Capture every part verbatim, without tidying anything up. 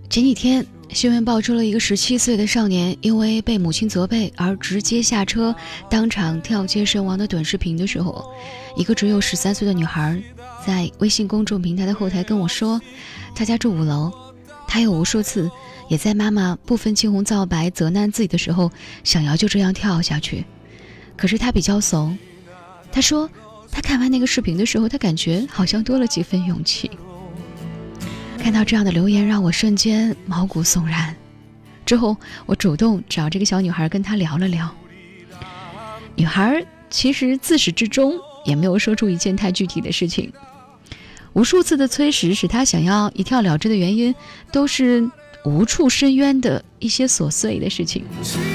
前几天新闻爆出了一个十七岁的少年因为被母亲责备而直接下车当场跳街身亡的短视频的时候，一个只有十三岁的女孩在微信公众平台的后台跟我说，她家住五楼，她有无数次也在妈妈不分青红皂白责难自己的时候想要就这样跳下去，可是她比较怂。她说她看完那个视频的时候，她感觉好像多了几分勇气。看到这样的留言让我瞬间毛骨悚然，之后我主动找这个小女孩跟她聊了聊。女孩其实自始至终也没有说出一件太具体的事情，无数次的催使使她想要一跳了之的原因都是无处申冤的一些琐碎的事情。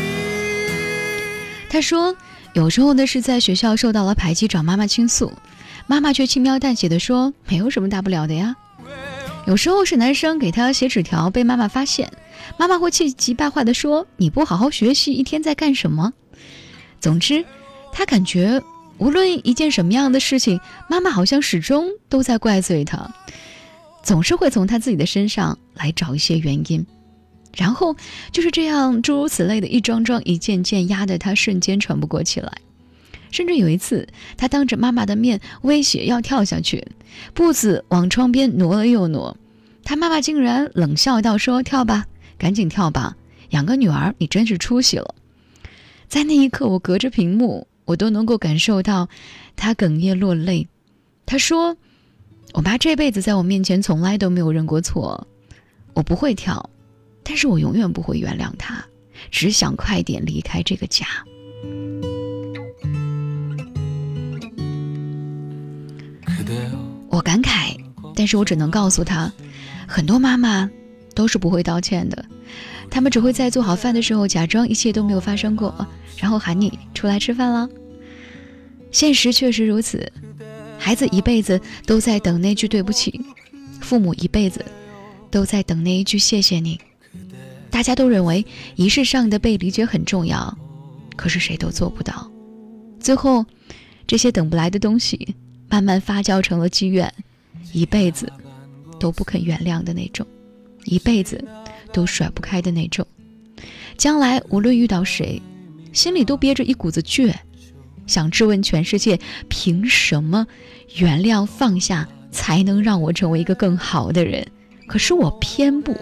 她说有时候呢是在学校受到了排挤找妈妈倾诉，妈妈却轻描淡写的说没有什么大不了的呀。有时候是男生给他写纸条被妈妈发现，妈妈会气急败坏地说你不好好学习一天在干什么。总之他感觉无论一件什么样的事情，妈妈好像始终都在怪罪他，总是会从他自己的身上来找一些原因，然后就是这样诸如此类的一桩桩一件件压得他瞬间喘不过气来。甚至有一次他当着妈妈的面威胁要跳下去，步子往窗边挪了又挪，他妈妈竟然冷笑道说跳吧，赶紧跳吧，养个女儿你真是出息了。在那一刻我隔着屏幕我都能够感受到他哽咽落泪。他说我妈这辈子在我面前从来都没有认过错，我不会跳，但是我永远不会原谅她，只想快点离开这个家。我感慨，但是我只能告诉他，很多妈妈都是不会道歉的，他们只会在做好饭的时候假装一切都没有发生过，然后喊你出来吃饭了。现实确实如此，孩子一辈子都在等那句对不起，父母一辈子都在等那一句谢谢你。大家都认为仪式上的被理解很重要，可是谁都做不到，最后这些等不来的东西慢慢发酵成了积怨，一辈子都不肯原谅的那种，一辈子都甩不开的那种。将来无论遇到谁，心里都憋着一股子倔，想质问全世界，凭什么原谅放下才能让我成为一个更好的人，可是我偏不。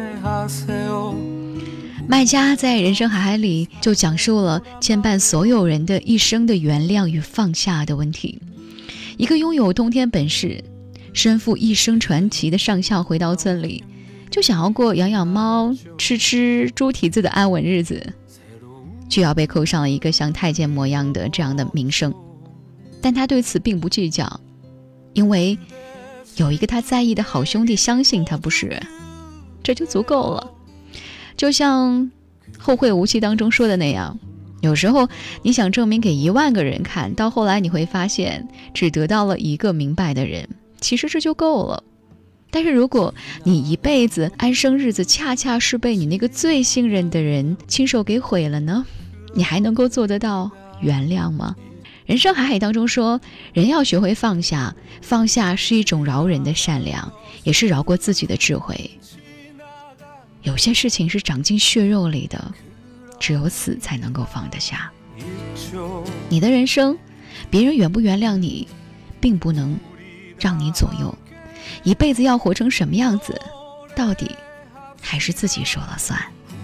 麦家在人生海海里就讲述了牵绊所有人的一生的原谅与放下的问题。一个拥有通天本事身负一生传奇的上校回到村里，就想要过养养猫吃吃猪蹄子的安稳日子，就要被扣上了一个像太监模样的这样的名声。但他对此并不计较，因为有一个他在意的好兄弟相信他，不是，这就足够了。就像后会无期当中说的那样，有时候你想证明给一万个人看，到后来你会发现只得到了一个明白的人，其实这就够了。但是如果你一辈子安生日子恰恰是被你那个最信任的人亲手给毁了呢，你还能够做得到原谅吗？人生海海当中说，人要学会放下，放下是一种饶人的善良，也是饶过自己的智慧。有些事情是长进血肉里的，只有死才能够放得下。你的人生，别人原不原谅你并不能让你左右，一辈子要活成什么样子，到底还是自己说了算。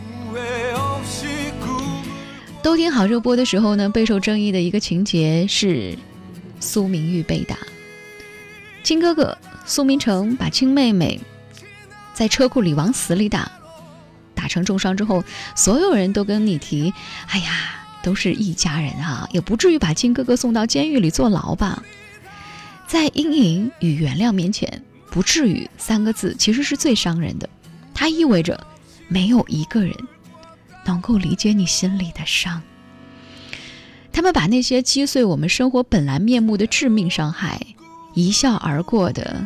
都挺好热播的时候呢，备受争议的一个情节是苏明玉被打。亲哥哥苏明成把亲妹妹在车库里往死里打，打成重伤之后，所有人都跟你提，哎呀，都是一家人啊，也不至于把亲哥哥送到监狱里坐牢吧。在阴影与原谅面前，不至于三个字其实是最伤人的，它意味着没有一个人能够理解你心里的伤。他们把那些击碎我们生活本来面目的致命伤害一笑而过的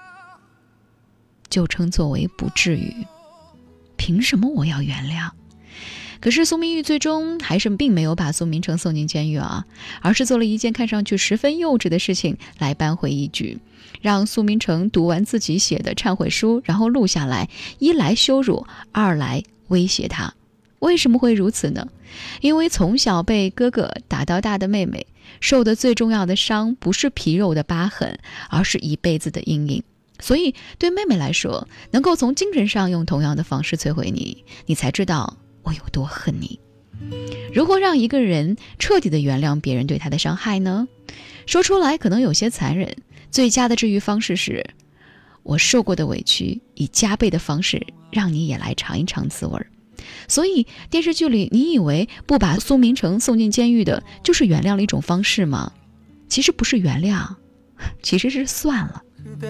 就称作为不至于。凭什么我要原谅？可是苏明玉最终还是并没有把苏明成送进监狱啊，而是做了一件看上去十分幼稚的事情来扳回一局， 让苏明成读完自己写的忏悔书，然后录下来，一来羞辱，二来威胁他。为什么会如此呢？因为从小被哥哥打到大的妹妹，受的最重要的伤不是皮肉的疤痕，而是一辈子的阴影。所以对妹妹来说，能够从精神上用同样的方式摧毁你，你才知道我有多恨你。如何让一个人彻底的原谅别人对他的伤害呢？说出来可能有些残忍，最佳的治愈方式是，我受过的委屈以加倍的方式让你也来尝一尝滋味。所以电视剧里，你以为不把苏明成送进监狱的就是原谅的一种方式吗？其实不是原谅，其实是算了。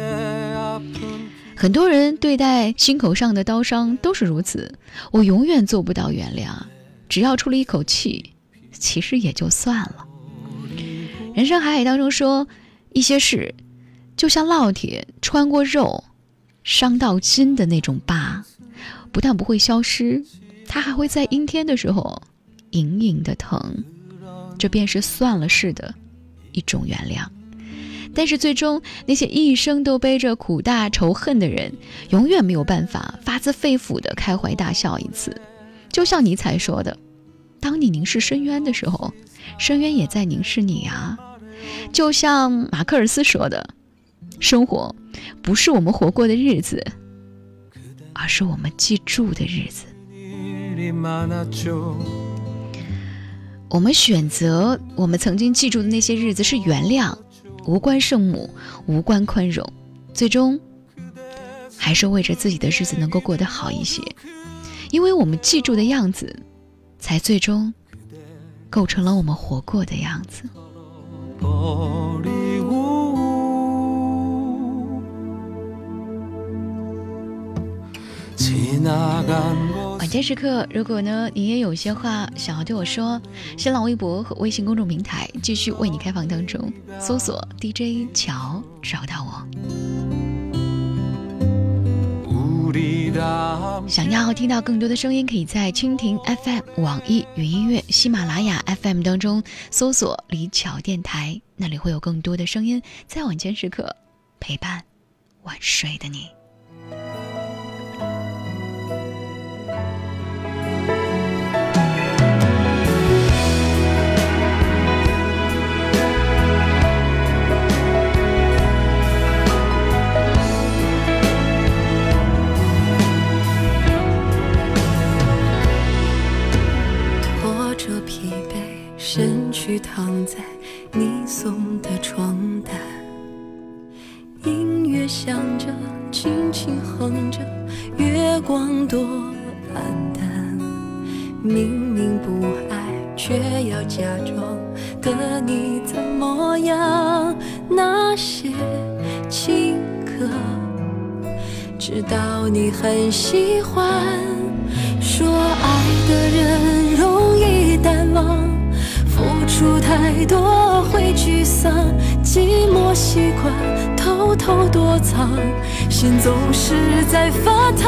很多人对待心口上的刀伤都是如此，我永远做不到原谅，只要出了一口气，其实也就算了。人生海海当中说，一些事就像烙铁穿过肉，伤到筋的那种疤，不但不会消失，它还会在阴天的时候隐隐的疼，这便是算了似的一种原谅。但是最终，那些一生都背着苦大仇恨的人，永远没有办法发自肺腑的开怀大笑一次。就像尼采说的，当你凝视深渊的时候，深渊也在凝视你啊。就像马克尔斯说的，生活不是我们活过的日子，而是我们记住的日子。我们选择我们曾经记住的那些日子是原谅，无关圣母，无关宽容，最终还是为着自己的日子能够过得好一些。因为我们记住的样子，才最终构成了我们活过的样子。晚间时刻，如果呢你也有些话想要对我说，新浪微博和微信公众平台继续为你开放当中，搜索 D J 乔找到我。想要听到更多的声音，可以在蜻蜓 F M、 网易云音乐、喜马拉雅 F M 当中搜索李巧电台，那里会有更多的声音在晚间时刻陪伴晚睡的你。 身躯躺在你送的床单，音乐响着，轻轻哼着，月光多暗淡。明明不爱，却要假装的你怎么样？那些情歌，知道你很喜欢。说爱的人容易淡忘，付出太多会沮丧，寂寞习惯偷偷躲藏，心总是在发烫。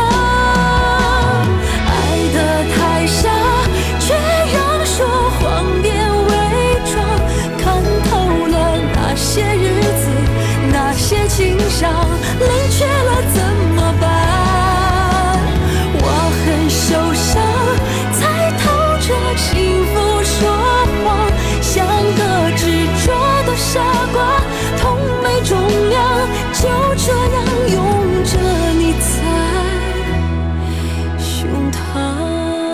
爱得太傻，却让说谎变伪装，看透了那些日子，那些情伤，冷却了怎么办？我很受伤，才透着幸福说谎，像个执着的傻瓜，痛没重量，就这样拥着你在胸膛。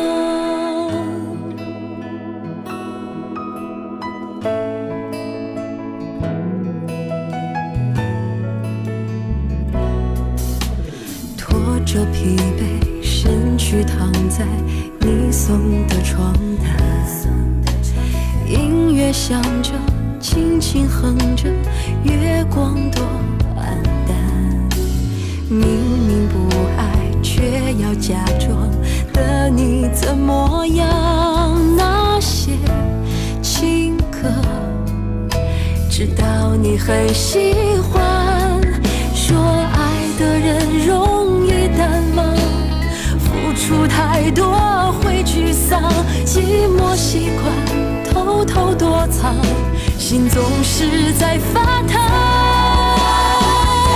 拖着疲惫，身躯躺在你送的床单，音乐响着，轻轻哼着，月光多暗淡。明明不爱，却要假装的你怎么样？那些情歌，知道你很喜欢。说爱的人容易淡忘，付出太多会沮丧，寂寞习惯偷偷躲藏，心总是在发烫。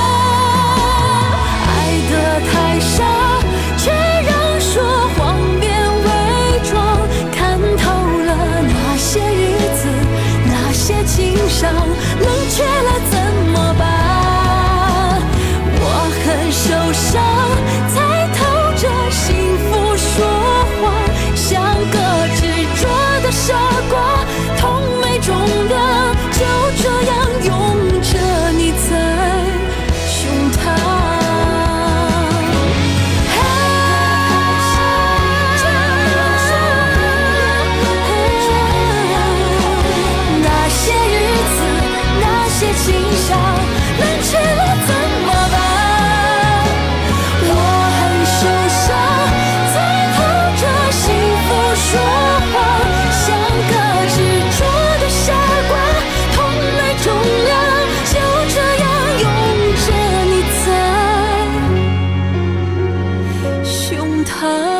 他